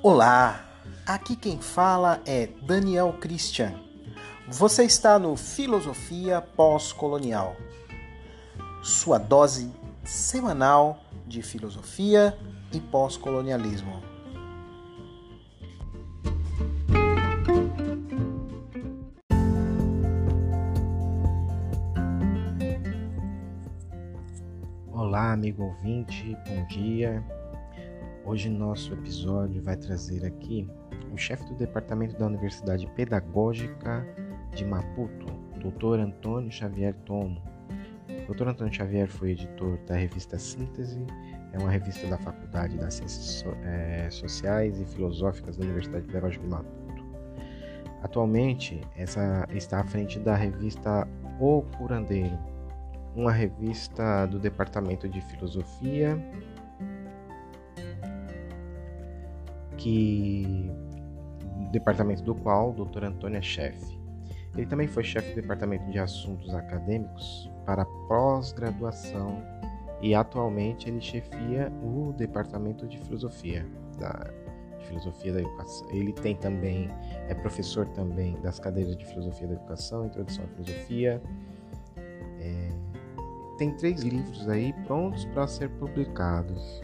Olá, aqui quem fala é Daniel Christian. Você está no Filosofia Pós-Colonial, sua dose semanal de filosofia e pós-colonialismo. Olá, amigo ouvinte, bom dia. Hoje nosso episódio vai trazer aqui o chefe do departamento da Universidade Pedagógica de Maputo, Dr. Antônio Xavier Tomo. Dr. Antônio Xavier foi editor da revista Síntese, é uma revista da Faculdade das Ciências Sociais e Filosóficas da Universidade Pedagógica de Maputo. Atualmente, essa está à frente da revista O Curandeiro, uma revista do Departamento de Filosofia departamento do qual o Dr. Antônio é chefe. Ele também foi chefe do Departamento de Assuntos Acadêmicos para pós-graduação e atualmente ele chefia o Departamento de Filosofia da Educação. Ele é professor também das cadeiras de Filosofia da Educação, Introdução à Filosofia. Tem 3 livros aí prontos para ser publicados.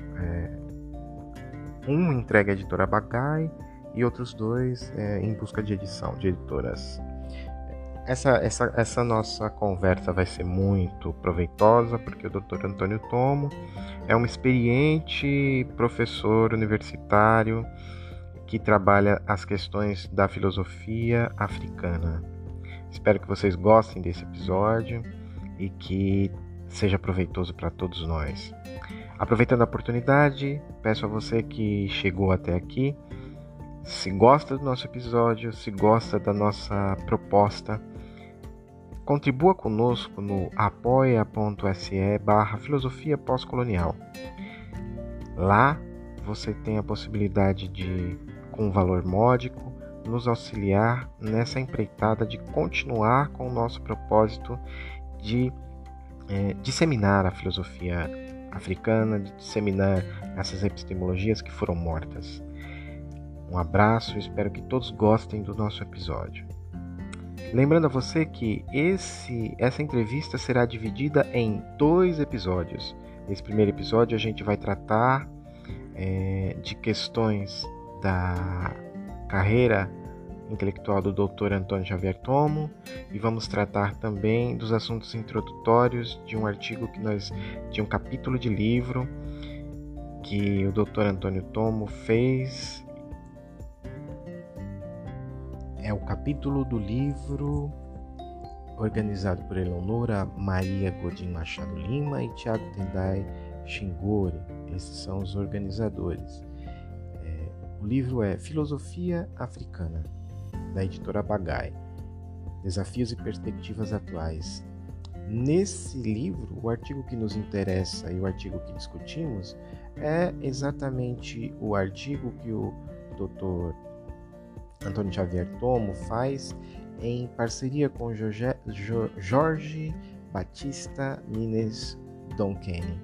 Um entregue à editora Bagai e outros 2 em busca de edição de editoras. Essa nossa conversa vai ser muito proveitosa porque o Dr. Antônio Tomo é um experiente professor universitário que trabalha as questões da filosofia africana. Espero que vocês gostem desse episódio e que seja proveitoso para todos nós. Aproveitando a oportunidade, peço a você que chegou até aqui, se gosta do nosso episódio, se gosta da nossa proposta, contribua conosco no apoia.se/filosofia pós-colonial. Lá você tem a possibilidade de, com um valor módico, nos auxiliar nessa empreitada de continuar com o nosso propósito de disseminar a filosofia africana, de disseminar essas epistemologias que foram mortas. Um abraço e espero que todos gostem do nosso episódio. Lembrando a você que essa entrevista será dividida em 2 episódios. Nesse primeiro episódio a gente vai tratar de questões da carreira intelectual do Dr. Antônio Xavier Tomo e vamos tratar também dos assuntos introdutórios de um artigo de um capítulo de livro que o Dr. Antônio Tomo fez. É o capítulo do livro organizado por Eleonora Maria Godin Machado Lima e Tiago Tendai Shingori. Esses são os organizadores. O livro é Filosofia Africana, da editora Bagai, Desafios e Perspectivas Atuais. Nesse livro, o artigo que nos interessa e o artigo que discutimos é exatamente o artigo que o Dr. Antônio Xavier Tomo faz em parceria com Jorge Batista Mines Donkeni.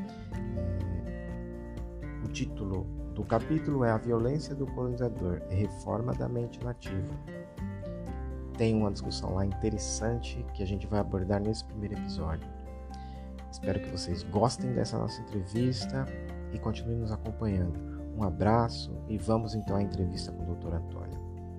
O título do capítulo é A Violência do Colonizador e Reforma da Mente Nativa. Tem uma discussão lá interessante que a gente vai abordar nesse primeiro episódio. Espero que vocês gostem dessa nossa entrevista e continuem nos acompanhando. Um abraço e vamos então à entrevista com o Dr. Antônio.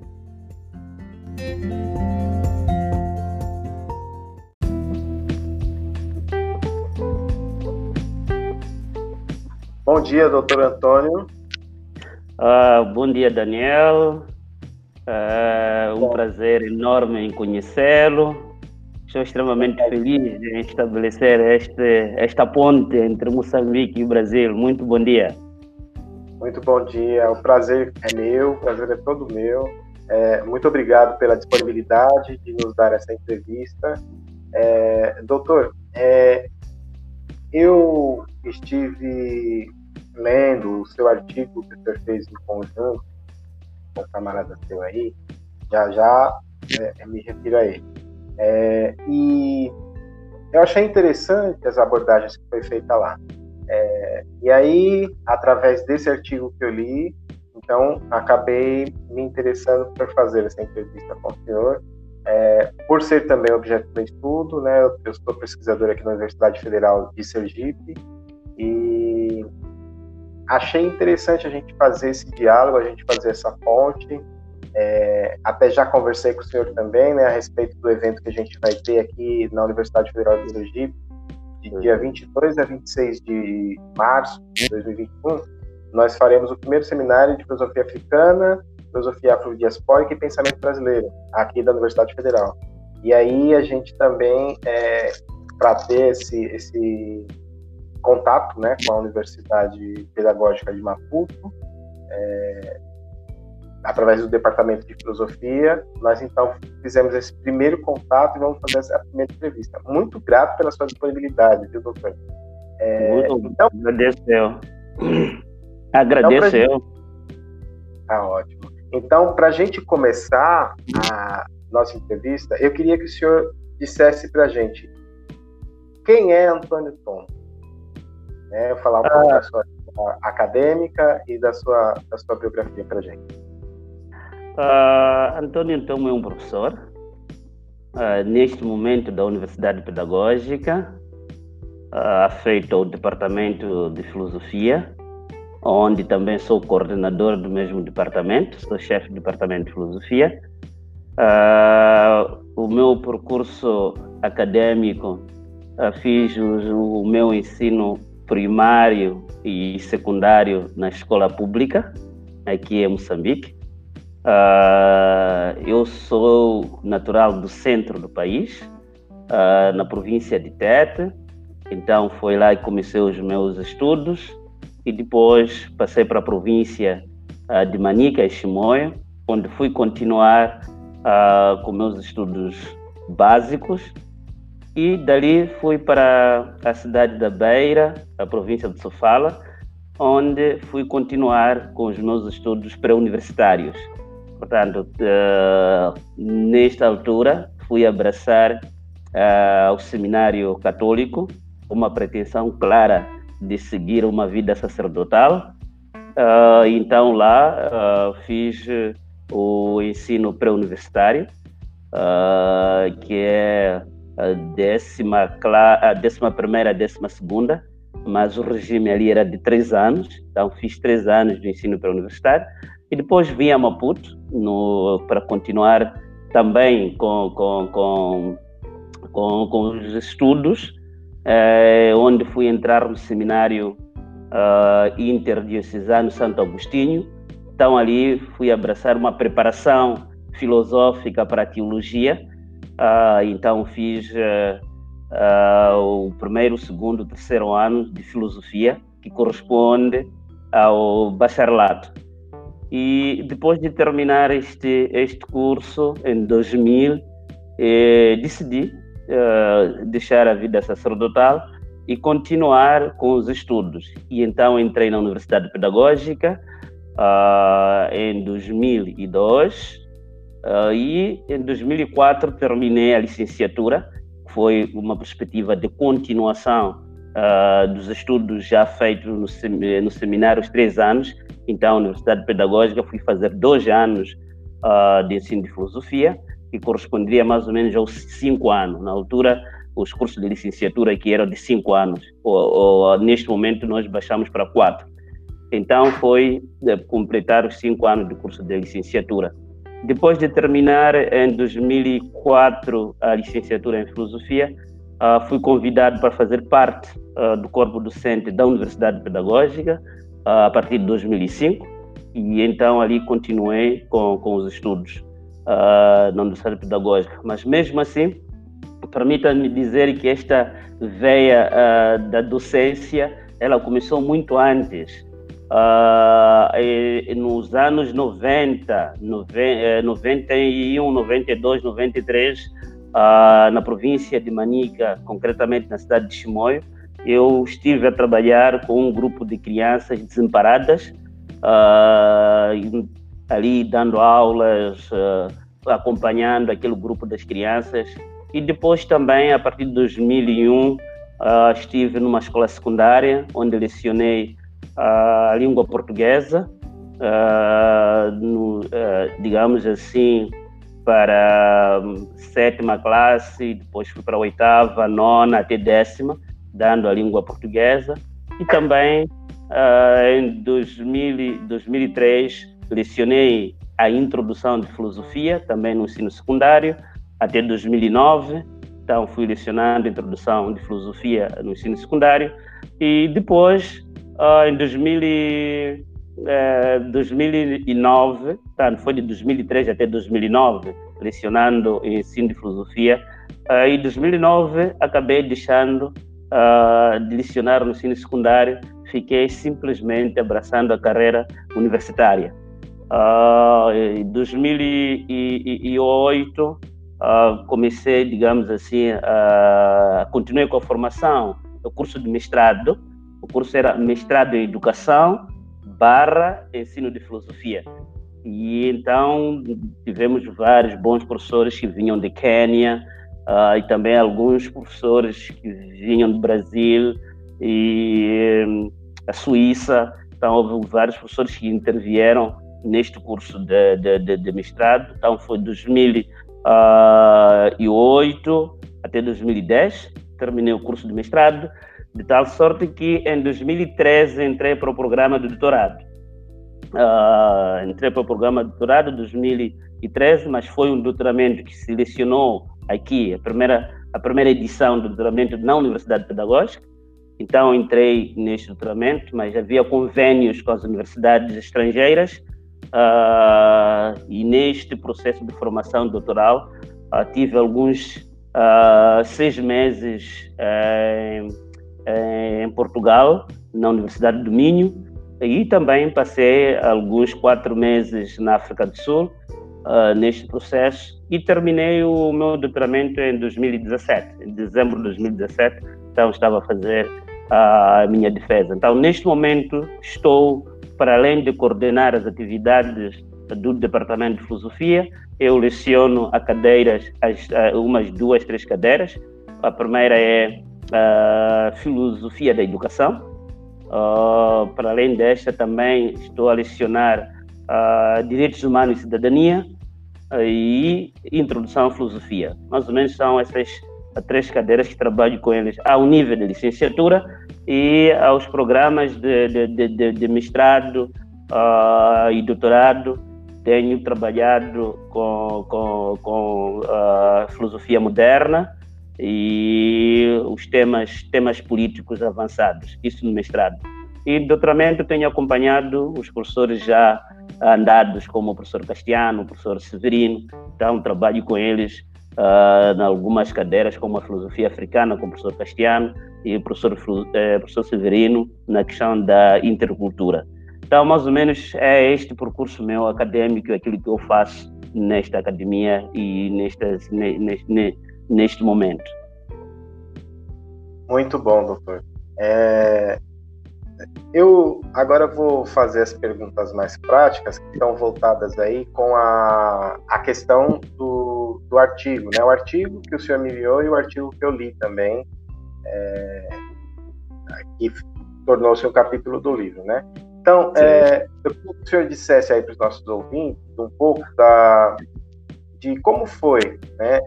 Bom dia, Dr. Antônio. Bom dia, Daniel. Um prazer enorme em conhecê-lo. Estou extremamente feliz em estabelecer esta ponte entre Moçambique e o Brasil. Muito bom dia. Muito bom dia. O prazer é meu, o prazer é todo meu. Muito obrigado pela disponibilidade de nos dar essa entrevista. Doutor, eu estive lendo o seu artigo que o senhor fez em conjunto com o camarada seu aí, já me refiro a ele. E eu achei interessante as abordagens que foi feita lá. E aí, através desse artigo que eu li, em então acabei me interessando por fazer essa entrevista com o senhor, por ser também objeto de estudo, né? Eu sou pesquisador aqui na Universidade Federal de Sergipe e achei interessante a gente fazer esse diálogo, a gente fazer essa ponte. Até já conversei com o senhor também, né, a respeito do evento que a gente vai ter aqui na Universidade Federal de Sergipe, de dia 22 a 26 de março de 2021. Nós faremos o primeiro seminário de filosofia africana, filosofia afrodiaspórica e pensamento brasileiro, aqui da Universidade Federal. E aí a gente também, para ter esse contato, né, com a Universidade Pedagógica de Maputo, através do Departamento de Filosofia, nós então fizemos esse primeiro contato e vamos fazer essa primeira entrevista. Muito grato pela sua disponibilidade, viu, doutor? Então, agradeço eu. Tá ótimo. Então, para a gente começar a nossa entrevista, eu queria que o senhor dissesse para a gente quem é Antônio Tom. Falar um pouco da sua acadêmica e da sua biografia para a gente. Antônio Tom é um professor, neste momento da Universidade Pedagógica, afeito ao Departamento de Filosofia, onde também sou coordenador do mesmo departamento, sou chefe do Departamento de Filosofia. O meu percurso acadêmico, fiz o meu ensino primário e secundário na escola pública, aqui em Moçambique. Eu sou natural do centro do país, na província de Tete, então foi lá que comecei os meus estudos e depois passei para a província de Manica e Chimoio, onde fui continuar com meus estudos básicos e dali fui para a cidade da Beira, a província de Sofala, onde fui continuar com os meus estudos pré-universitários. Portanto, nesta altura, fui abraçar o seminário católico, uma pretensão clara de seguir uma vida sacerdotal. Então, lá, fiz o ensino pré-universitário, que é a 11ª, a 12ª, mas o regime ali era de 3 anos, então fiz 3 anos de ensino pré-universitário. E depois vim a Maputo para continuar também com os estudos, onde fui entrar no seminário interdiocesano Santo Agostinho. Então ali fui abraçar uma preparação filosófica para a teologia. Então fiz o primeiro, segundo, terceiro ano de filosofia, que corresponde ao bacharelato. E depois de terminar este curso, em 2000, decidi deixar a vida sacerdotal e continuar com os estudos. E então entrei na Universidade Pedagógica em 2002 e em 2004 terminei a licenciatura, que foi uma perspectiva de continuação dos estudos já feitos no seminário, os 3 anos. Então, a Universidade Pedagógica, fui fazer 2 anos de ensino de filosofia, que corresponderia mais ou menos aos 5 anos. Na altura, os cursos de licenciatura aqui eram de 5 anos, neste momento nós baixamos para 4. Então, foi completar os 5 anos de curso de licenciatura. Depois de terminar, em 2004, a licenciatura em filosofia, fui convidado para fazer parte do corpo docente da Universidade Pedagógica, a partir de 2005, e então ali continuei com os estudos na Universidade Pedagógica. Mas mesmo assim, permita-me dizer que esta veia da docência, ela começou muito antes. Nos anos 90, 91, 92, 93, na província de Manica, concretamente na cidade de Chimoio, eu estive a trabalhar com um grupo de crianças desamparadas, ali dando aulas, acompanhando aquele grupo das crianças. E depois também, a partir de 2001, estive numa escola secundária, onde lecionei a língua portuguesa digamos assim, para a 7ª classe, depois fui para a 8ª, 9ª até 10ª, dando a língua portuguesa. E também, em 2003, lecionei a introdução de filosofia, também no ensino secundário, até 2009. Então, fui lecionando a introdução de filosofia no ensino secundário. E depois, em 2009, foi de 2003 até 2009, lecionando ensino de filosofia. Em 2009, acabei deixando de lecionar no ensino secundário, fiquei simplesmente abraçando a carreira universitária. Em 2008, comecei, digamos assim, continuei com a formação do curso de mestrado. O curso era mestrado em educação / ensino de filosofia. E então tivemos vários bons professores que vinham de Quênia, e também alguns professores que vinham do Brasil e a Suíça. Então houve vários professores que intervieram neste curso de mestrado. Então foi 2008 até 2010, terminei o curso de mestrado, de tal sorte que em 2013 entrei para o programa de doutorado. Entrei para o programa de doutorado em 2013, mas foi um doutoramento que selecionou aqui a primeira edição do doutoramento na Universidade Pedagógica. Então entrei neste doutoramento, mas havia convênios com as universidades estrangeiras, e neste processo de formação doutoral tive alguns 6 meses em Portugal, na Universidade do Minho, e também passei alguns 4 meses na África do Sul, neste processo, e terminei o meu doutoramento em 2017, em dezembro de 2017. Então estava a fazer a minha defesa. Então neste momento estou, para além de coordenar as atividades do Departamento de Filosofia, eu leciono a cadeiras, umas 2, 3 cadeiras. A primeira é Filosofia da Educação. Para além desta, também estou a lecionar Direitos Humanos e Cidadania e Introdução à Filosofia. Mais ou menos são essas 3 cadeiras que trabalho com eles ao nível de licenciatura, e aos programas de mestrado e doutorado. Tenho trabalhado com filosofia moderna e os temas políticos avançados, isso no mestrado. E no doutoramento tenho acompanhado os professores já andados, como o professor Castiano, o professor Severino. Então trabalho com eles em algumas cadeiras, como a filosofia africana com o professor Castiano e o professor Severino na questão da intercultura. Então, mais ou menos, é este percurso meu acadêmico, aquilo que eu faço nesta academia e neste momento. Muito bom, doutor. Eu agora vou fazer as perguntas mais práticas, que estão voltadas aí com a questão do artigo, né? O artigo que o senhor me enviou e o artigo que eu li também, que tornou-se um capítulo do livro, né? Então, eu queria que o senhor dissesse aí para os nossos ouvintes um pouco de como foi, né,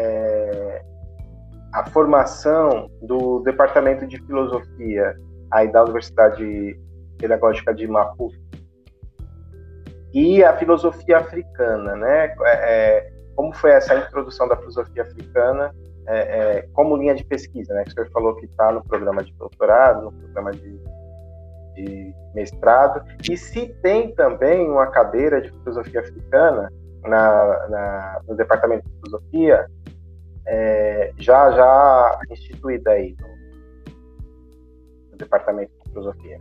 a formação do Departamento de Filosofia aí da Universidade Pedagógica de Maputo e a filosofia africana, né? Como foi essa introdução da filosofia africana como linha de pesquisa, né? Que o senhor falou que está no programa de doutorado, no programa de mestrado, e se tem também uma cadeira de filosofia africana no Departamento de Filosofia, já instituída aí no Departamento de Filosofia.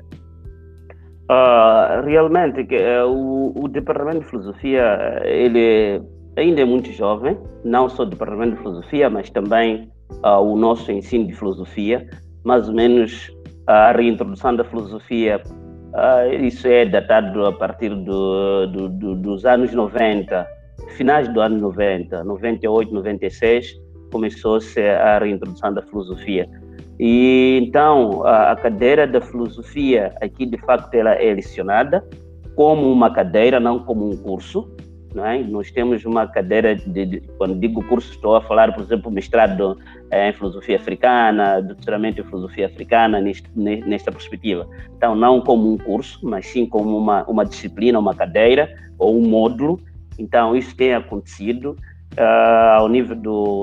Realmente, o Departamento de Filosofia ele ainda é muito jovem, não só o Departamento de Filosofia, mas também o nosso ensino de filosofia, mais ou menos. A reintrodução da filosofia, isso é datado a partir dos anos 90, finais do ano 90, 98, 96, começou-se a reintrodução da filosofia. E então, a cadeira da filosofia aqui, de facto, ela é lecionada, como uma cadeira, não como um curso. Não é? Nós temos uma cadeira, quando digo curso, estou a falar, por exemplo, mestrado em filosofia africana, doutoramento em filosofia africana, nesta perspectiva. Então, não como um curso, mas sim como uma disciplina, uma cadeira ou um módulo. Então, isso tem acontecido ao nível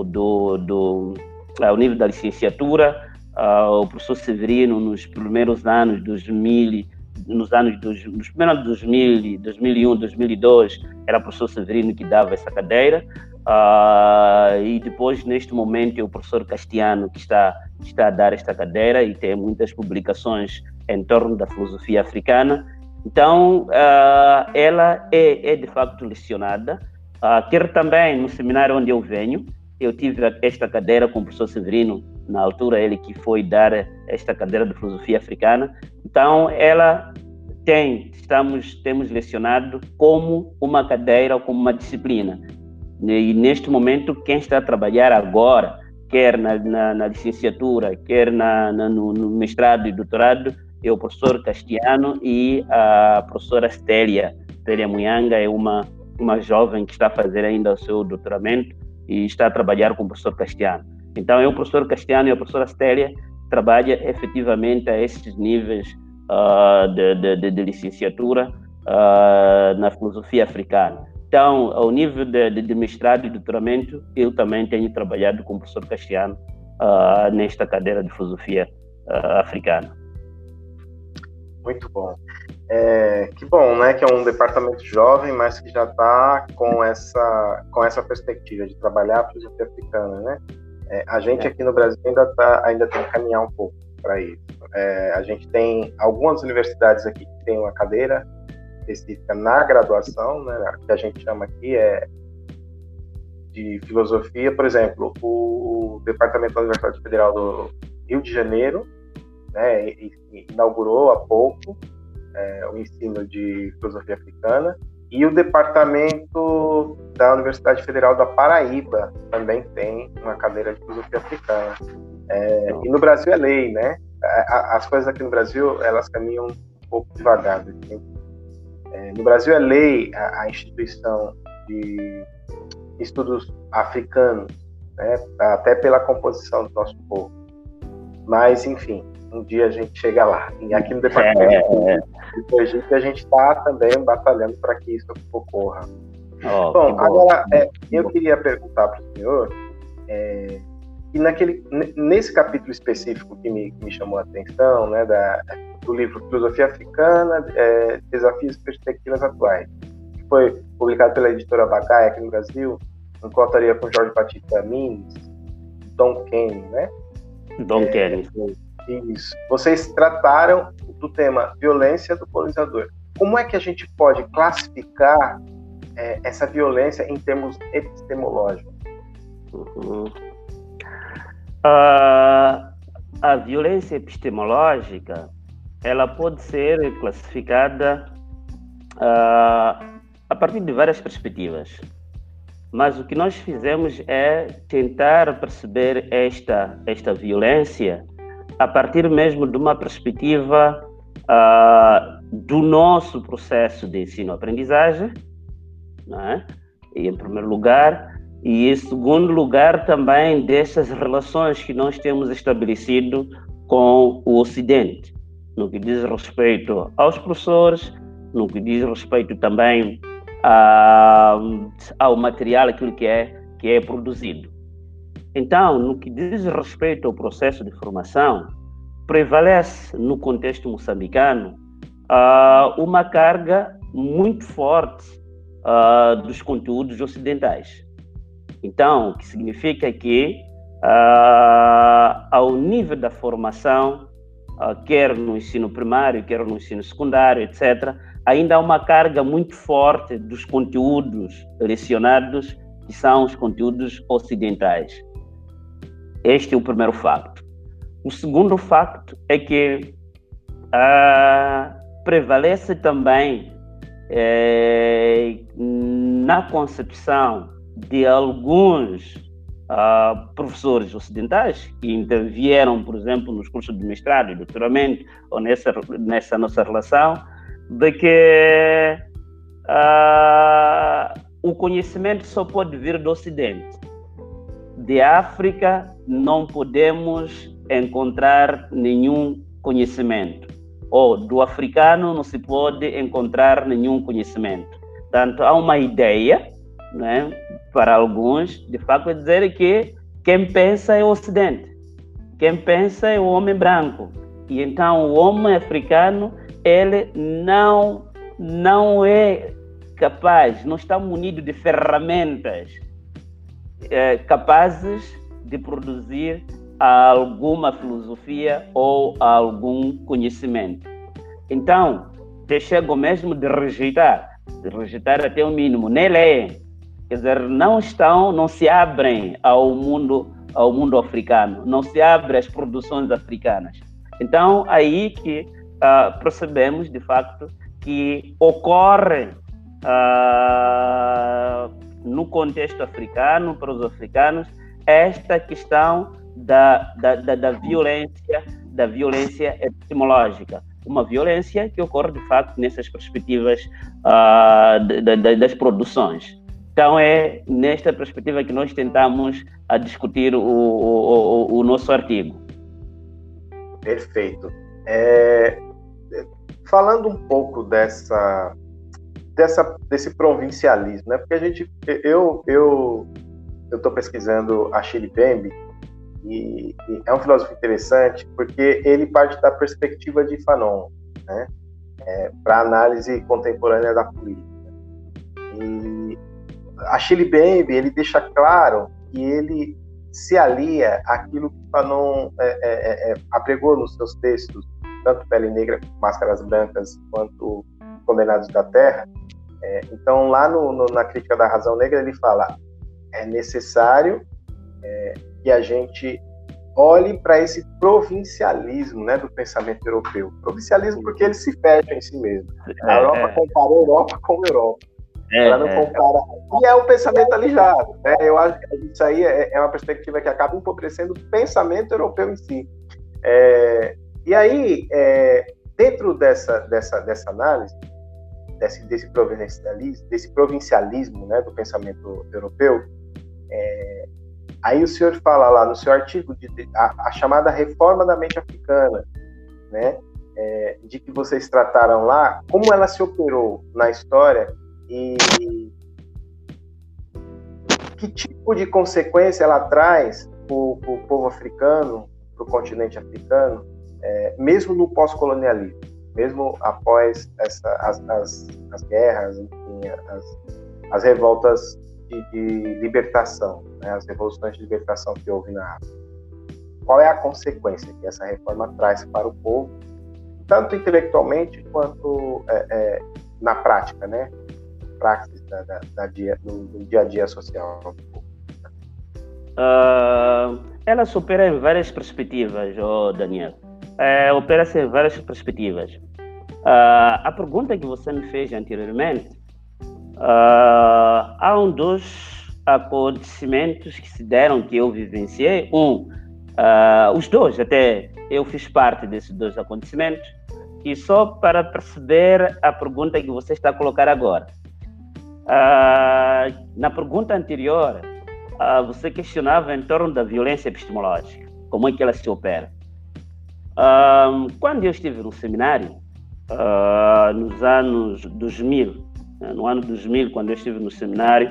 ao nível da licenciatura. O professor Severino, nos primeiros anos, nos primeiros anos de 2000, 2001, 2002, era o professor Severino que dava essa cadeira, e depois, neste momento, é o professor Castiano que está a dar esta cadeira e tem muitas publicações em torno da filosofia africana. Então, ela é de facto lecionada. Quero também, no seminário onde eu venho, eu tive esta cadeira com o professor Severino, na altura ele que foi dar esta cadeira de filosofia africana. Então, ela temos lecionado como uma cadeira ou como uma disciplina. E neste momento, quem está a trabalhar agora, quer na licenciatura, quer no mestrado e doutorado, é o professor Castiano e a professora Stélia Munhanga, é uma jovem que está a fazer ainda o seu doutoramento e está a trabalhar com o professor Castiano. Então, o professor Castiano e a professora Stélia trabalham efetivamente a esses níveis de licenciatura na filosofia africana. Então, ao nível de mestrado e doutoramento, eu também tenho trabalhado com o professor Castiano nesta cadeira de filosofia africana. Muito bom. Que bom, né? Que é um departamento jovem, mas que já está com essa perspectiva de trabalhar a filosofia africana, né? A gente aqui no Brasil ainda tem que caminhar um pouco para isso. A gente tem algumas universidades aqui que tem uma cadeira específica na graduação, né? Que a gente chama aqui de filosofia. Por exemplo, o Departamento da Universidade Federal do Rio de Janeiro, né, inaugurou há pouco o ensino de filosofia africana, e o Departamento da Universidade Federal da Paraíba também tem uma cadeira de filosofia africana. E no Brasil é lei, né? As coisas aqui no Brasil, elas caminham um pouco devagar. Assim. No Brasil é lei a instituição de estudos africanos, né? Até pela composição do nosso povo. Mas, enfim, um dia a gente chega lá. E aqui no Departamento do Egito a gente está também batalhando para que isso ocorra. Bom, agora eu queria perguntar para o senhor, nesse capítulo específico que me chamou a atenção, né, do livro Filosofia Africana, Desafios e Perspectivas Atuais, que foi publicado pela editora Bagaia aqui no Brasil, em coautoria com Jorge Batista Mendes, Don Kenny, né? Don Kenny. Isso. Vocês trataram do tema violência do colonizador. Como é que a gente pode classificar essa violência em termos epistemológicos? A violência epistemológica, ela pode ser classificada a partir de várias perspectivas. Mas o que nós fizemos é tentar perceber esta violência a partir mesmo de uma perspectiva do nosso processo de ensino-aprendizagem, não é? Em primeiro lugar, e em segundo lugar também dessas relações que nós temos estabelecido com o Ocidente, no que diz respeito aos professores, no que diz respeito também ao material, aquilo que é produzido. Então, no que diz respeito ao processo de formação, prevalece no contexto moçambicano uma carga muito forte dos conteúdos ocidentais. Então, o que significa que, ao nível da formação, quer no ensino primário, quer no ensino secundário, etc., ainda há uma carga muito forte dos conteúdos lecionados, que são os conteúdos ocidentais. Este é o primeiro facto. O segundo facto é que prevalece também na concepção de alguns professores ocidentais que intervieram, por exemplo, nos cursos de mestrado e doutoramento, ou nessa nossa relação, de que o conhecimento só pode vir do Ocidente. De África não podemos encontrar nenhum conhecimento. Ou do africano não se pode encontrar nenhum conhecimento. Portanto, há uma ideia, né, para alguns, de facto, é dizer que quem pensa é o Ocidente. Quem pensa é o homem branco. E então o homem africano, ele não é capaz, não está munido de ferramentas capazes de produzir alguma filosofia ou algum conhecimento. Então, chegam mesmo de rejeitar até o mínimo, nem leem. Quer dizer, não se abrem ao mundo africano, não se abrem às produções africanas. Então, aí que percebemos, de facto, que ocorre no contexto africano, para os africanos, esta questão da violência epistemológica. Uma violência que ocorre, de facto, nessas perspectivas das produções. Então, é nesta perspectiva que nós tentamos discutir o nosso artigo. Perfeito. Falando um pouco desse provincialismo, né? Porque eu estou pesquisando Achille Mbembe e é um filósofo interessante porque ele parte da perspectiva de Fanon, né? Para análise contemporânea da política. E Achille Mbembe, ele deixa claro que ele se alia àquilo que Fanon apregou nos seus textos, tanto Pele Negra, Máscaras Brancas, quanto Condenados da Terra. Então, lá na Crítica da Razão Negra, ele fala: é necessário que a gente olhe para esse provincialismo, né, do pensamento europeu. Provincialismo porque ele se fecha em si mesmo. A Europa compara a Europa com a Europa. Ela não compara. E é um pensamento alijado. Né? Eu acho que isso aí é uma perspectiva que acaba empobrecendo o pensamento europeu em si. E aí, dentro dessa análise, desse provincialismo, né, do pensamento europeu, aí o senhor fala lá no seu artigo a chamada reforma da mente africana, né, de que vocês trataram lá, como ela se operou na história e que tipo de consequência ela traz para o povo africano, para o continente africano, mesmo no pós-colonialismo, mesmo após as guerras, enfim, as revoltas de libertação, né, as revoluções de libertação que houve na África. Qual é a consequência que essa reforma traz para o povo, tanto intelectualmente quanto na prática, né? Praxis do dia a dia social do povo? Ela se opera em várias perspectivas, Daniel. Opera-se em várias perspectivas. A pergunta que você me fez anteriormente, há dos acontecimentos que se deram, que eu vivenciei. Os dois, até eu fiz parte desses dois acontecimentos, e só para perceber a pergunta que você está a colocar agora. Na pergunta anterior, você questionava em torno da violência epistemológica, como é que ela se opera. Quando eu estive no seminário, nos anos 2000, no ano 2000, quando eu estive no seminário,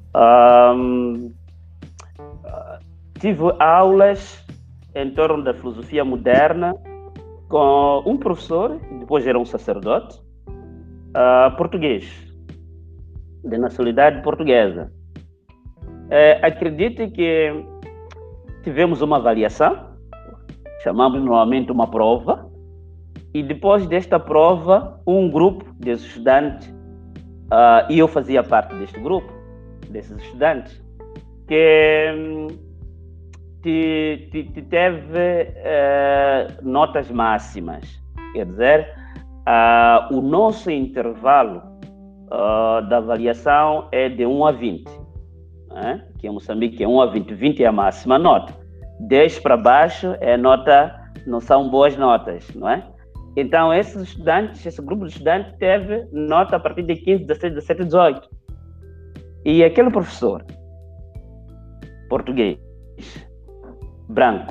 tive aulas em torno da filosofia moderna com um professor, depois era um sacerdote, português, de nacionalidade portuguesa. Acredite que tivemos uma avaliação, chamamos normalmente uma prova, e depois desta prova, um grupo de estudantes, e eu fazia parte deste grupo, desses estudantes, que teve notas máximas. Quer dizer, o nosso intervalo da avaliação é de 1 a 20. Né? Que em Moçambique é 1 a 20. 20 é a máxima nota. 10 para baixo é nota, não são boas notas, não é? Então, esse grupo de estudantes teve nota a partir de 15, 16, 17, 18. E aquele professor português, branco,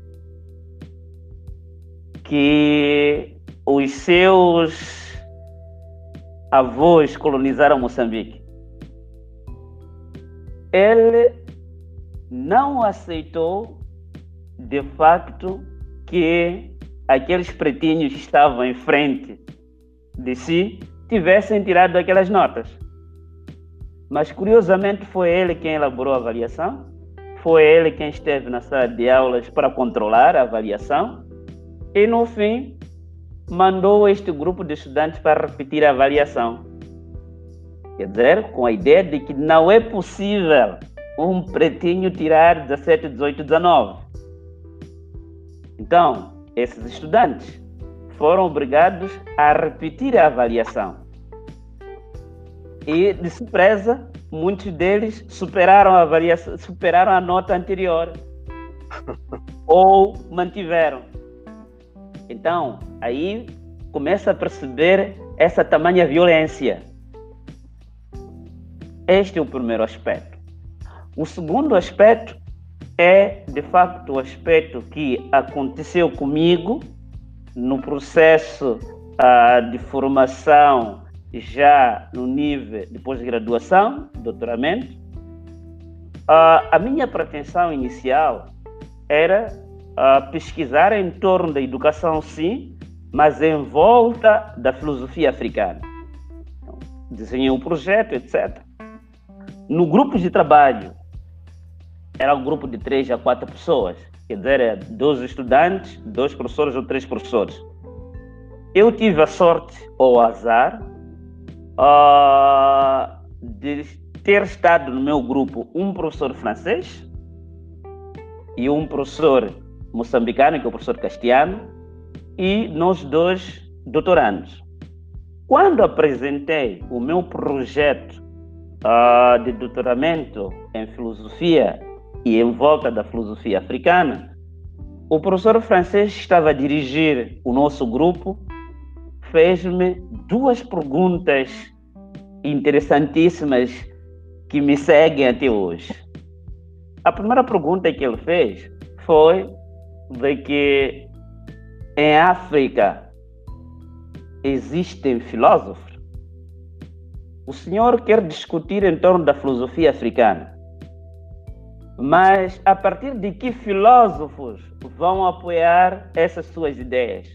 que os seus avós colonizaram Moçambique, ele não aceitou, de facto, que aqueles pretinhos que estavam em frente de si tivessem tirado aquelas notas. Mas, curiosamente, foi ele quem elaborou a avaliação, foi ele quem esteve na sala de aulas para controlar a avaliação e, no fim, mandou este grupo de estudantes para repetir a avaliação. Quer dizer, com a ideia de que não é possível um pretinho tirar 17, 18, 19. Então, esses estudantes foram obrigados a repetir a avaliação. E, de surpresa, muitos deles superaram a avaliação, superaram a nota anterior ou mantiveram. Então, aí começa a perceber essa tamanha violência. Este é o primeiro aspecto. O segundo aspecto é, de facto, o aspecto que aconteceu comigo no processo de formação já no nível de pós-graduação, doutoramento. A minha pretensão inicial era pesquisar em torno da educação, sim, mas em volta da filosofia africana. Então, desenhei um projeto, etc. No grupo de trabalho, era um grupo de 3 a 4 pessoas, quer dizer, 12 estudantes, 2 professores ou 3 professores. Eu tive a sorte ou o azar de ter estado no meu grupo um professor francês e um professor moçambicano, que é o professor Castiano, e nós 2 doutorandos. Quando apresentei o meu projeto de doutoramento em filosofia e em volta da filosofia africana, o professor francês que estava a dirigir o nosso grupo fez-me 2 perguntas interessantíssimas que me seguem até hoje. A primeira pergunta que ele fez foi de que em África existem filósofos. O senhor quer discutir em torno da filosofia africana, mas a partir de que filósofos vão apoiar essas suas ideias?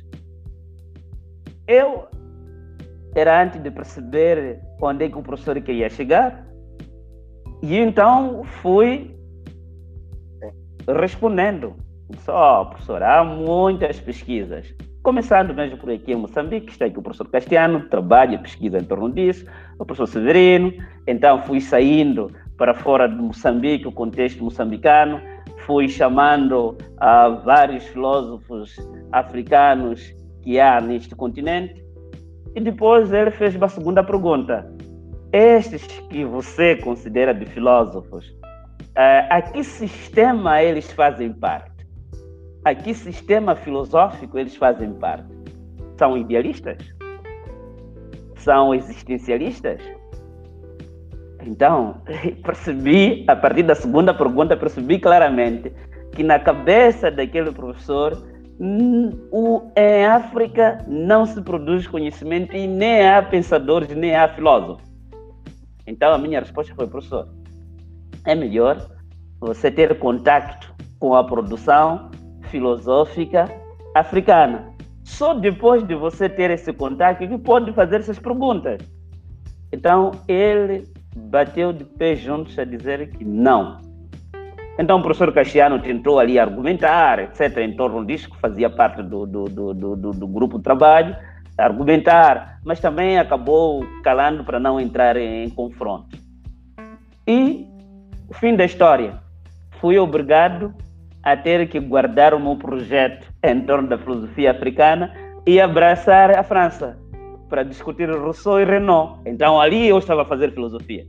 Eu era antes de perceber onde é que o professor queria chegar, e então fui respondendo. Só, professor, há muitas pesquisas, começando mesmo por aqui em Moçambique, está aqui o professor Castiano, trabalha e pesquisa em torno disso, o professor Severino. Então fui saindo para fora de Moçambique, o contexto moçambicano, fui chamando a vários filósofos africanos que há neste continente, e depois ele fez uma segunda pergunta. Estes que você considera de filósofos, a que sistema eles fazem parte? A que sistema filosófico eles fazem parte? São idealistas? São existencialistas? Então, percebi, a partir da segunda pergunta, percebi claramente que na cabeça daquele professor, em África não se produz conhecimento e nem há pensadores, nem há filósofos. Então a minha resposta foi: professor, é melhor você ter contato com a produção filosófica africana. Só depois de você ter esse contato que pode fazer essas perguntas. Então ele bateu de pé juntos a dizer que não. Então o professor Castiano tentou ali argumentar, etc., em torno disso, que fazia parte do grupo de trabalho, argumentar, mas também acabou calando para não entrar em confronto. E o fim da história, fui obrigado a ter que guardar o meu projeto em torno da filosofia africana e abraçar a França para discutir Rousseau e Renan. Então ali eu estava a fazer filosofia.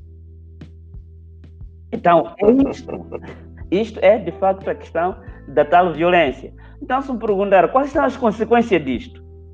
Então, isto é de facto a questão da tal violência. Então, se me perguntar quais são as consequências disto,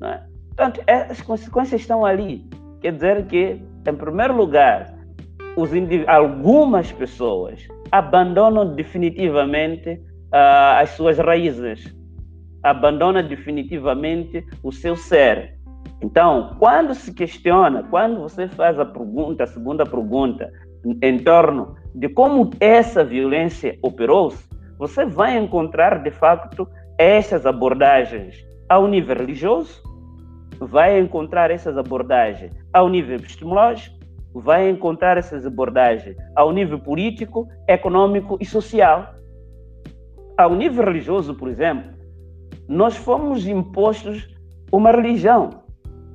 não é? Portanto, as consequências estão ali. Quer dizer que, em primeiro lugar, algumas pessoas abandonam definitivamente as suas raízes, abandonam definitivamente o seu ser. Então, quando se questiona, quando você faz a segunda pergunta, em torno de como essa violência operou-se, você vai encontrar, de facto, essas abordagens ao nível religioso, vai encontrar essas abordagens ao nível epistemológico, vai encontrar essas abordagens ao nível político, econômico e social. Ao nível religioso, por exemplo, nós fomos impostos uma religião.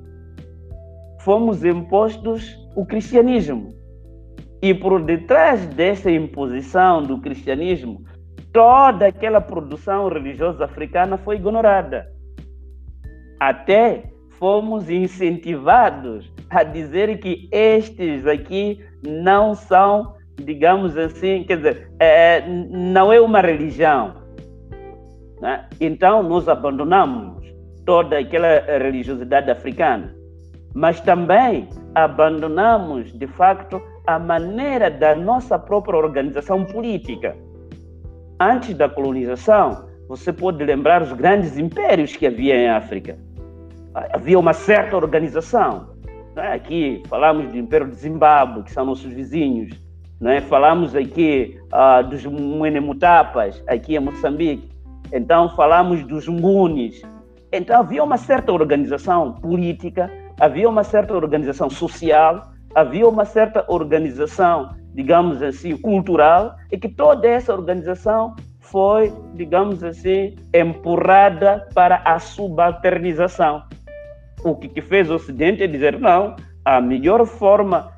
Fomos impostos o cristianismo. E por detrás dessa imposição do cristianismo, toda aquela produção religiosa africana foi ignorada. Até fomos incentivados a dizer que estes aqui não são, digamos assim, quer dizer, não é uma religião, né? Então nós abandonamos toda aquela religiosidade africana, mas também abandonamos, de facto, a maneira da nossa própria organização política. Antes da colonização, você pode lembrar os grandes impérios que havia em África. Havia uma certa organização. Aqui falamos do Império de Zimbábue, que são nossos vizinhos. Falamos aqui dos Muenemutapas, aqui em Moçambique. Então falamos dos Ngunis. Então havia uma certa organização política, havia uma certa organização social, havia uma certa organização, digamos assim, cultural, e que toda essa organização foi, digamos assim, empurrada para a subalternização. O que fez o Ocidente é dizer, não, a melhor forma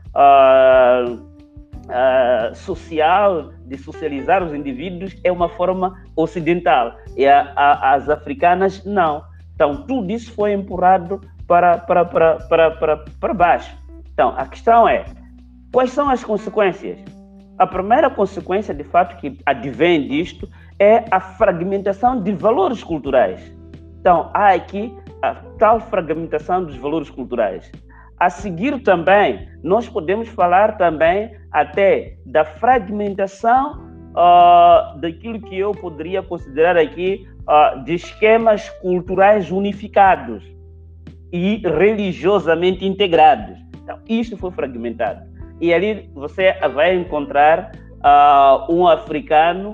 social de socializar os indivíduos é uma forma ocidental, e as africanas não. Então, tudo isso foi empurrado para baixo. Então, a questão é, quais são as consequências? A primeira consequência, de fato, que advém disto é a fragmentação de valores culturais. Então, há aqui a tal fragmentação dos valores culturais. A seguir também, nós podemos falar também até da fragmentação daquilo que eu poderia considerar aqui de esquemas culturais unificados e religiosamente integrados. Então, isto foi fragmentado. E ali você vai encontrar um africano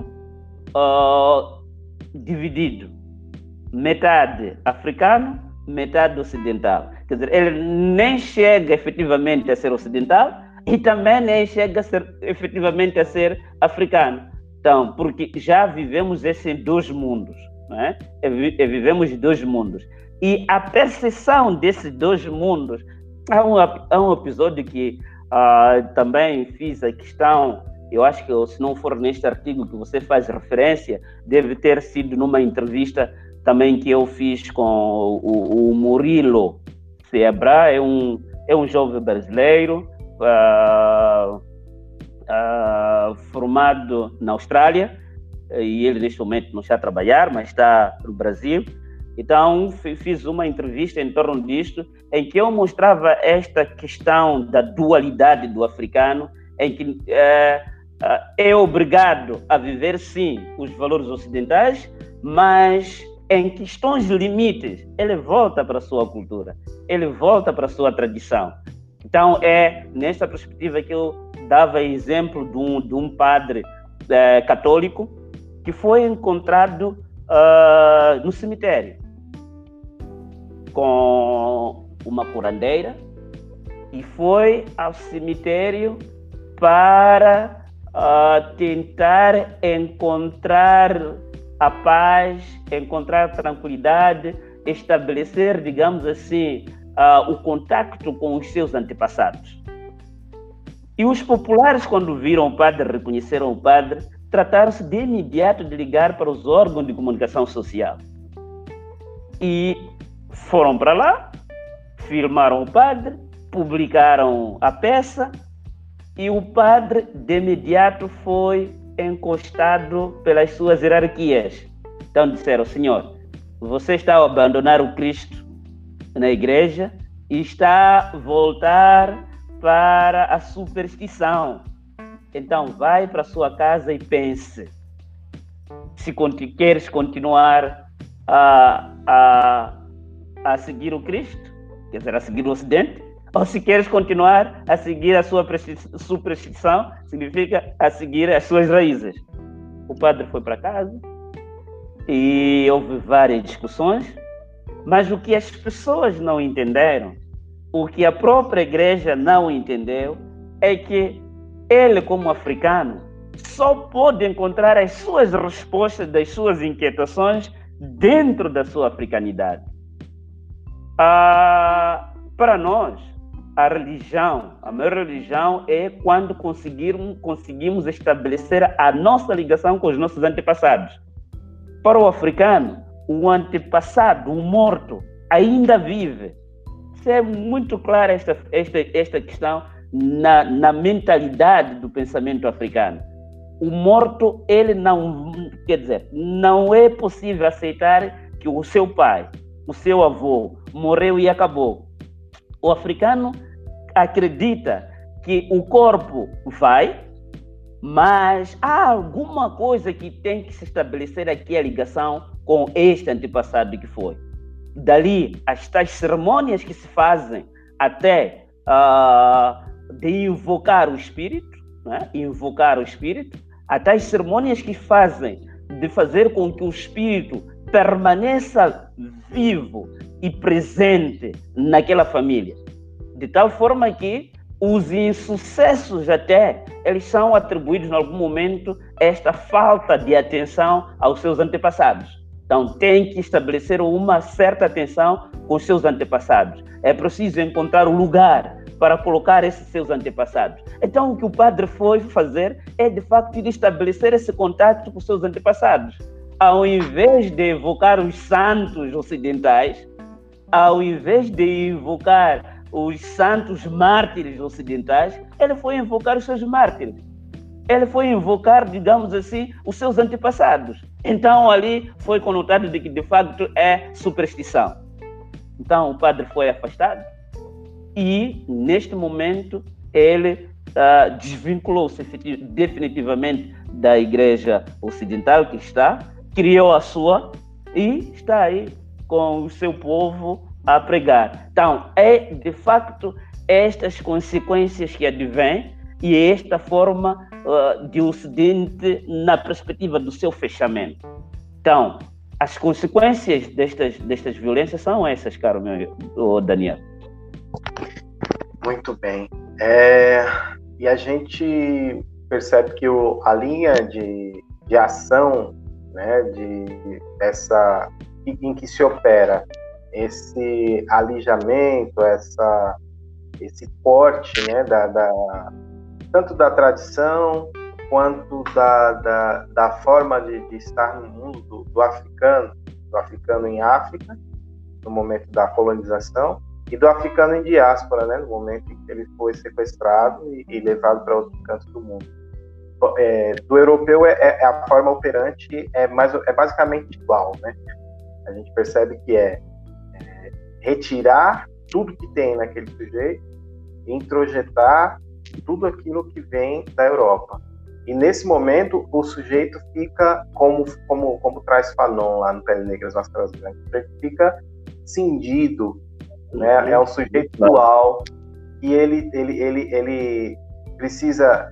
dividido. Metade africano, metade ocidental. Quer dizer, ele nem chega efetivamente a ser ocidental e também nem chega efetivamente a ser africano. Então, porque já vivemos esses dois mundos, não é? Vivemos dois mundos. E a percepção desses dois mundos, há um episódio que também fiz a questão, eu acho que se não for neste artigo que você faz referência, deve ter sido numa entrevista também que eu fiz com o Murilo Seabra, é um jovem brasileiro formado na Austrália, e ele neste momento não está a trabalhar, mas está no Brasil. Então fiz uma entrevista em torno disto, em que eu mostrava esta questão da dualidade do africano, em que é obrigado a viver sim os valores ocidentais, mas em questões de limites, ele volta para a sua cultura, ele volta para a sua tradição. Então, é nesta perspectiva que eu dava exemplo de um padre católico que foi encontrado no cemitério com uma curandeira e foi ao cemitério para tentar encontrar a paz, encontrar a tranquilidade, estabelecer, digamos assim, o contacto com os seus antepassados. E os populares, quando viram o padre, reconheceram o padre, trataram-se de imediato de ligar para os órgãos de comunicação social. E foram para lá, filmaram o padre, publicaram a peça, e o padre de imediato foi encostado pelas suas hierarquias. Então disseram: Senhor, você está a abandonar o Cristo, na igreja e está a voltar para a superstição. Então, vai para a sua casa e pense se queres continuar a seguir o Cristo, quer dizer, a seguir o Ocidente, ou se queres continuar a seguir a sua superstição, significa a seguir as suas raízes. O padre foi para casa e houve várias discussões, mas o que as pessoas não entenderam, o que a própria igreja não entendeu, é que ele, como africano, só pode encontrar as suas respostas das suas inquietações dentro da sua africanidade. Para nós, a religião, a maior religião é quando conseguimos estabelecer a nossa ligação com os nossos antepassados. Para o africano, o antepassado, o morto, ainda vive. Isso é muito claro esta questão na mentalidade do pensamento africano. O morto, ele não, quer dizer, não é possível aceitar que o seu pai, o seu avô, morreu e acabou. O africano acredita que o corpo vai, mas há alguma coisa que tem que se estabelecer aqui a ligação com este antepassado que foi. Dali, as tais cerimônias que se fazem até de invocar o espírito, né? Invocar o espírito, até as cerimônias que fazem de fazer com que o espírito permaneça vivo e presente naquela família. De tal forma que os insucessos até, eles são atribuídos em algum momento a esta falta de atenção aos seus antepassados. Então tem que estabelecer uma certa atenção com os seus antepassados. É preciso encontrar um lugar para colocar esses seus antepassados. Então o que o padre foi fazer é de facto de estabelecer esse contato com os seus antepassados. Ao invés de evocar os santos ocidentais, ao invés de invocar os santos mártires ocidentais, ele foi invocar os seus mártires. Ele foi invocar, digamos assim, os seus antepassados. Então ali foi conotado de que de facto é superstição. Então o padre foi afastado e neste momento ele desvinculou-se definitivamente da igreja ocidental que está, criou a sua e está aí com o seu povo a pregar. Então, é de facto estas consequências que advêm e esta forma de Ocidente na perspectiva do seu fechamento. Então, as consequências destas violências são essas, caro meu Daniel. Muito bem. E a gente percebe que a linha de ação, né, em que se opera esse alijamento, esse corte, né, tanto da tradição quanto da forma de estar no mundo do africano em África, no momento da colonização, e do africano em diáspora, né, no momento em que ele foi sequestrado e levado para outros cantos do mundo. Do europeu a forma operante é basicamente igual, né? A gente percebe que retirar tudo que tem naquele sujeito e introjetar tudo aquilo que vem da Europa. E nesse momento o sujeito fica como traz Fanon lá no Pele Negra, as Máscaras Brancas, ele fica cindido, né? É um sujeito dual e ele precisa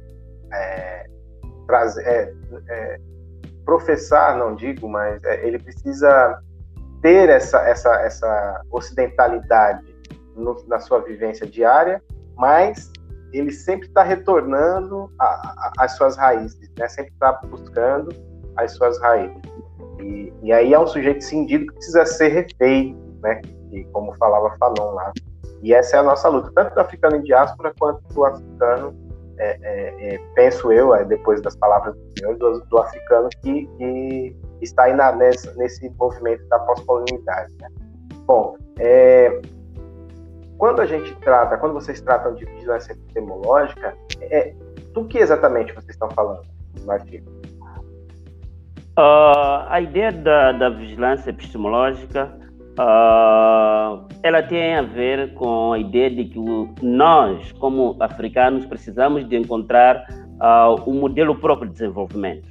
professar, não digo, mas ele precisa ter essa ocidentalidade na sua vivência diária, mas ele sempre está retornando às suas raízes, né? Sempre está buscando as suas raízes. E aí é um sujeito cindido que precisa ser refeito, né? E como falava Fanon lá. E essa é a nossa luta, tanto do africano em diáspora quanto do africano, penso eu, depois das palavras do senhor, do africano que está aí nesse movimento da pós-colonialidade, né? Bom, quando vocês tratam de vigilância epistemológica, do que exatamente vocês estão falando no artigo? A ideia da vigilância epistemológica ela tem a ver com a ideia de que nós, como africanos, precisamos de encontrar um modelo próprio de desenvolvimento.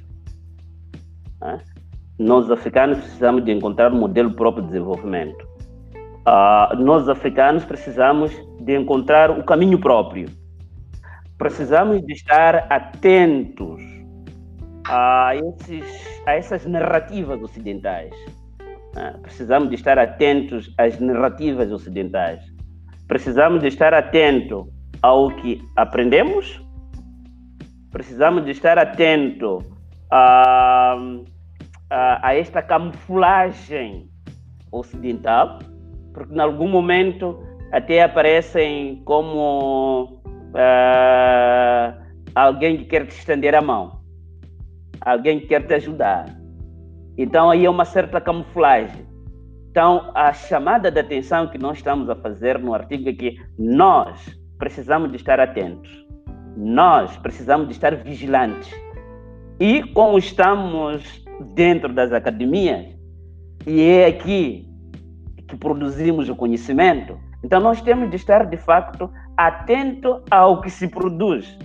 Nós, africanos, precisamos de encontrar um modelo próprio de desenvolvimento. Nós, africanos, precisamos de encontrar o caminho próprio. Precisamos de estar atentos a essas narrativas ocidentais. Precisamos de estar atentos às narrativas ocidentais. Precisamos de estar atentos ao que aprendemos. Precisamos de estar atentos a esta camuflagem ocidental, porque em algum momento até aparecem como alguém que quer te estender a mão, alguém que quer te ajudar. Então aí é uma certa camuflagem. Então a chamada de atenção que nós estamos a fazer no artigo é que nós precisamos de estar atentos, nós precisamos de estar vigilantes. E como estamos dentro das academias, e é aqui que produzimos o conhecimento, então nós temos de estar de facto atento ao que se produz,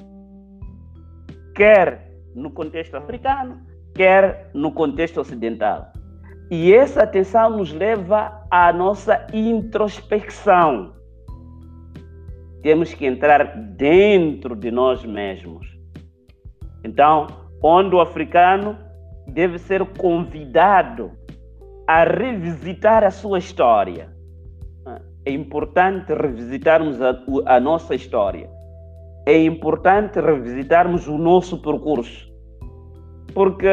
quer no contexto africano, quer no contexto ocidental. E essa atenção nos leva à nossa introspecção. Temos que entrar dentro de nós mesmos. Então, onde o africano deve ser convidado a revisitar a sua história. É importante revisitarmos a nossa história. É importante revisitarmos o nosso percurso. Porque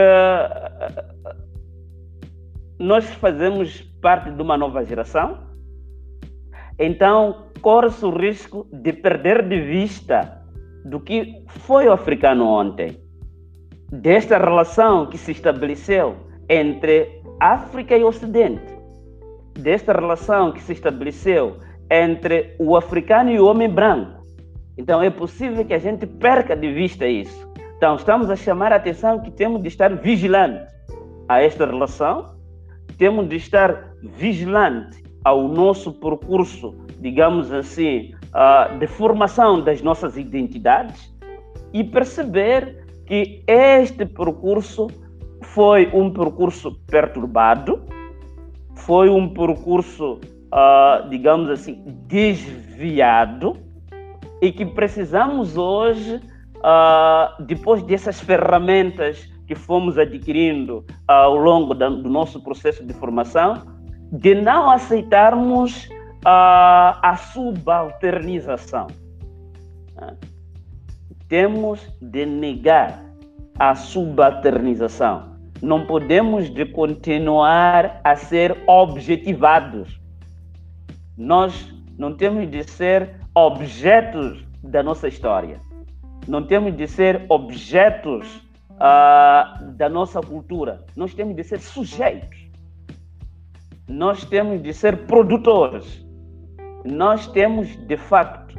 nós fazemos parte de uma nova geração, então corre-se o risco de perder de vista do que foi o africano ontem, desta relação que se estabeleceu entre África e Ocidente, desta relação que se estabeleceu entre o africano e o homem branco. Então é possível que a gente perca de vista isso. Então estamos a chamar a atenção que temos de estar vigilantes a esta relação, temos de estar vigilantes ao nosso percurso, digamos assim, de formação das nossas identidades e perceber que este percurso foi um percurso perturbado, foi um percurso, digamos assim, desviado, e que precisamos hoje, depois dessas ferramentas que fomos adquirindo ao longo do nosso processo de formação, de não aceitarmos a subalternização. Temos de negar a subalternização. Não podemos de continuar a ser objetivados. Nós não temos de ser objetos da nossa história. Não temos de ser objetos da nossa cultura. Nós temos de ser sujeitos. Nós temos de ser produtores. Nós temos, de facto,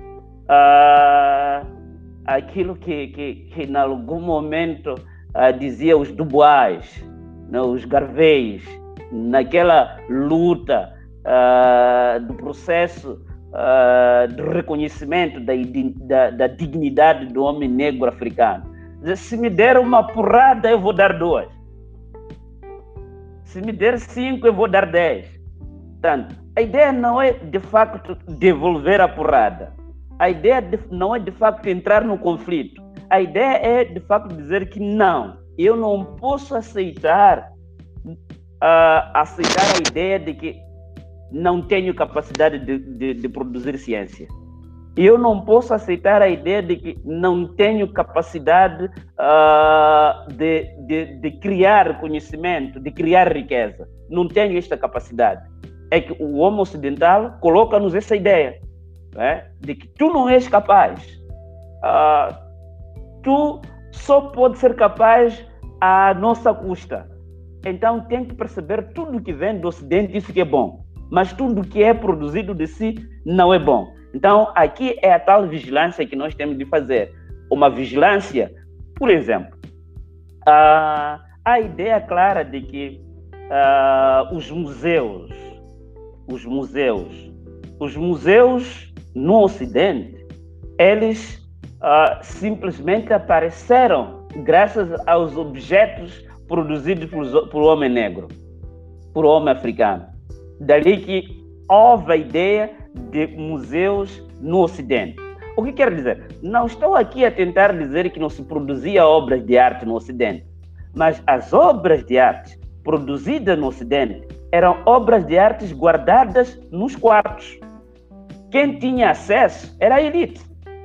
aquilo que em algum momento dizia os Dubois, os Garvês, naquela luta do processo do reconhecimento da dignidade do homem negro africano. Se me der uma porrada, eu vou dar 2. Se me der 5, eu vou dar 10. Portanto, a ideia não é, de facto, devolver a porrada. A ideia não é, de facto, entrar no conflito. A ideia é, de facto, dizer que não, eu não posso aceitar a ideia de que não tenho capacidade de produzir ciência. Eu não posso aceitar a ideia de que não tenho capacidade de criar conhecimento, de criar riqueza. Não tenho esta capacidade. É que o homem ocidental coloca-nos essa ideia, de que tu não és capaz. Tu só pode ser capaz à nossa custa. Então tem que perceber tudo que vem do Ocidente, isso que é bom. Mas tudo que é produzido de si não é bom. Então, aqui é a tal vigilância que nós temos de fazer. Uma vigilância, por exemplo, a ideia clara de que os museus os museus. Os museus no Ocidente, eles simplesmente apareceram graças aos objetos produzidos por homem negro, por homem africano. Dali que houve a ideia de museus no Ocidente. O que quer dizer? Não estou aqui a tentar dizer que não se produzia obras de arte no Ocidente, mas as obras de arte produzidas no Ocidente eram obras de arte guardadas nos quartos. Quem tinha acesso era a elite.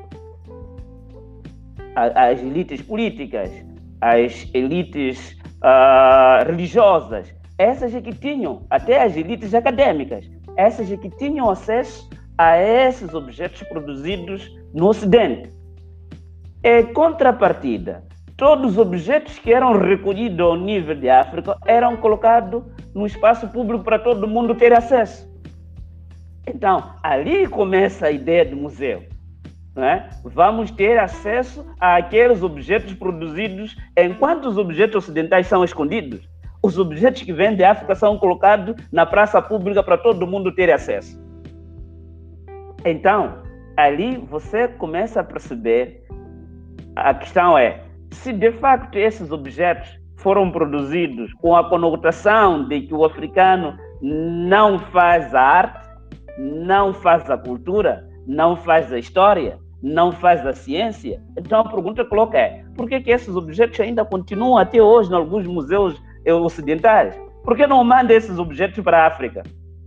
As elites políticas, as elites religiosas, essas é que tinham, até as elites acadêmicas, essas é que tinham acesso a esses objetos produzidos no Ocidente. Em contrapartida, todos os objetos que eram recolhidos ao nível de África eram colocados no espaço público para todo mundo ter acesso. Então, ali começa a ideia do museu. Não é? Vamos ter acesso àqueles objetos produzidos enquanto os objetos ocidentais são escondidos. Os objetos que vêm da África são colocados na praça pública para todo mundo ter acesso. Então, ali você começa a perceber, a questão é, se de facto esses objetos foram produzidos com a conotação de que o africano não faz a arte, não faz a cultura, não faz a história, não faz a ciência, então a pergunta que coloca é, por que esses objetos ainda continuam até hoje em alguns museus ocidentais? Por que não manda esses objetos para a África?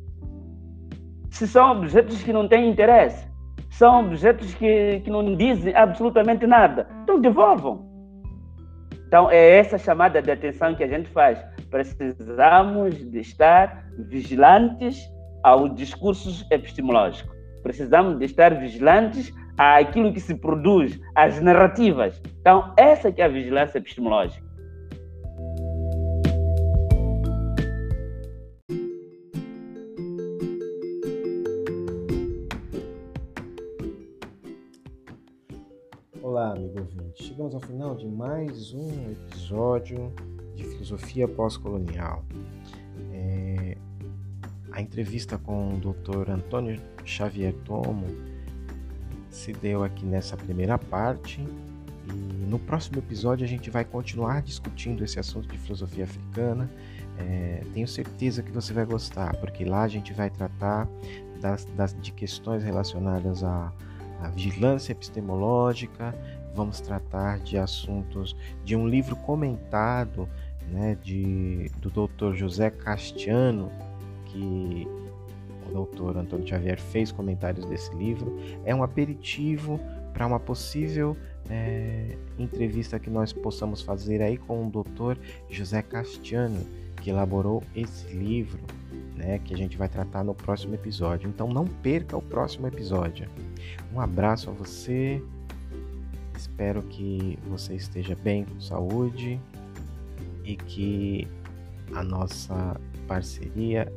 Se são objetos que não têm interesse, são objetos que não dizem absolutamente nada, então devolvam. Então é essa chamada de atenção que a gente faz. Precisamos de estar vigilantes aos discursos epistemológicos. Precisamos de estar vigilantes àquilo que se produz, às narrativas. Então essa que é a vigilância epistemológica. Olá, amigo ouvinte. Chegamos ao final de mais um episódio de Filosofia Pós-Colonial. A entrevista com o Dr. Antônio Xavier Tomo se deu aqui nessa primeira parte e no próximo episódio a gente vai continuar discutindo esse assunto de filosofia africana. Tenho certeza que você vai gostar, porque lá a gente vai tratar de questões relacionadas à vigilância epistemológica, vamos tratar de assuntos de um livro comentado, né, do Dr. José Castiano, que o Dr. Antônio Xavier fez comentários desse livro. É um aperitivo para uma possível entrevista que nós possamos fazer aí com o Dr. José Castiano, que elaborou esse livro, né, que a gente vai tratar no próximo episódio. Então não perca o próximo episódio. Um abraço a você, espero que você esteja bem, com saúde, e que a nossa parceria,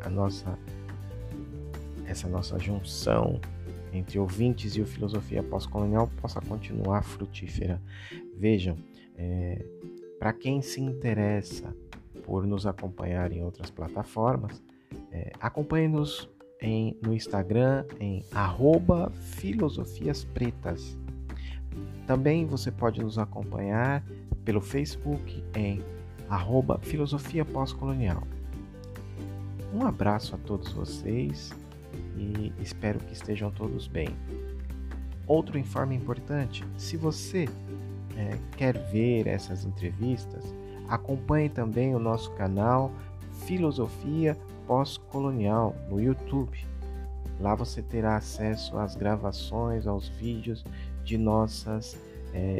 essa nossa junção entre ouvintes e o Filosofia Pós-Colonial possa continuar frutífera. Vejam, para quem se interessa por nos acompanhar em outras plataformas, acompanhe-nos no Instagram em @filosofiaspretas. Também você pode nos acompanhar pelo Facebook em @filosofia pós-colonial. Um abraço a todos vocês e espero que estejam todos bem. Outro informe importante: se você quer ver essas entrevistas, acompanhe também o nosso canal Filosofia Pós-Colonial no YouTube. Lá você terá acesso às gravações, aos vídeos de nossas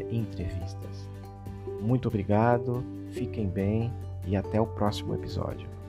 entrevistas. Muito obrigado, fiquem bem e até o próximo episódio.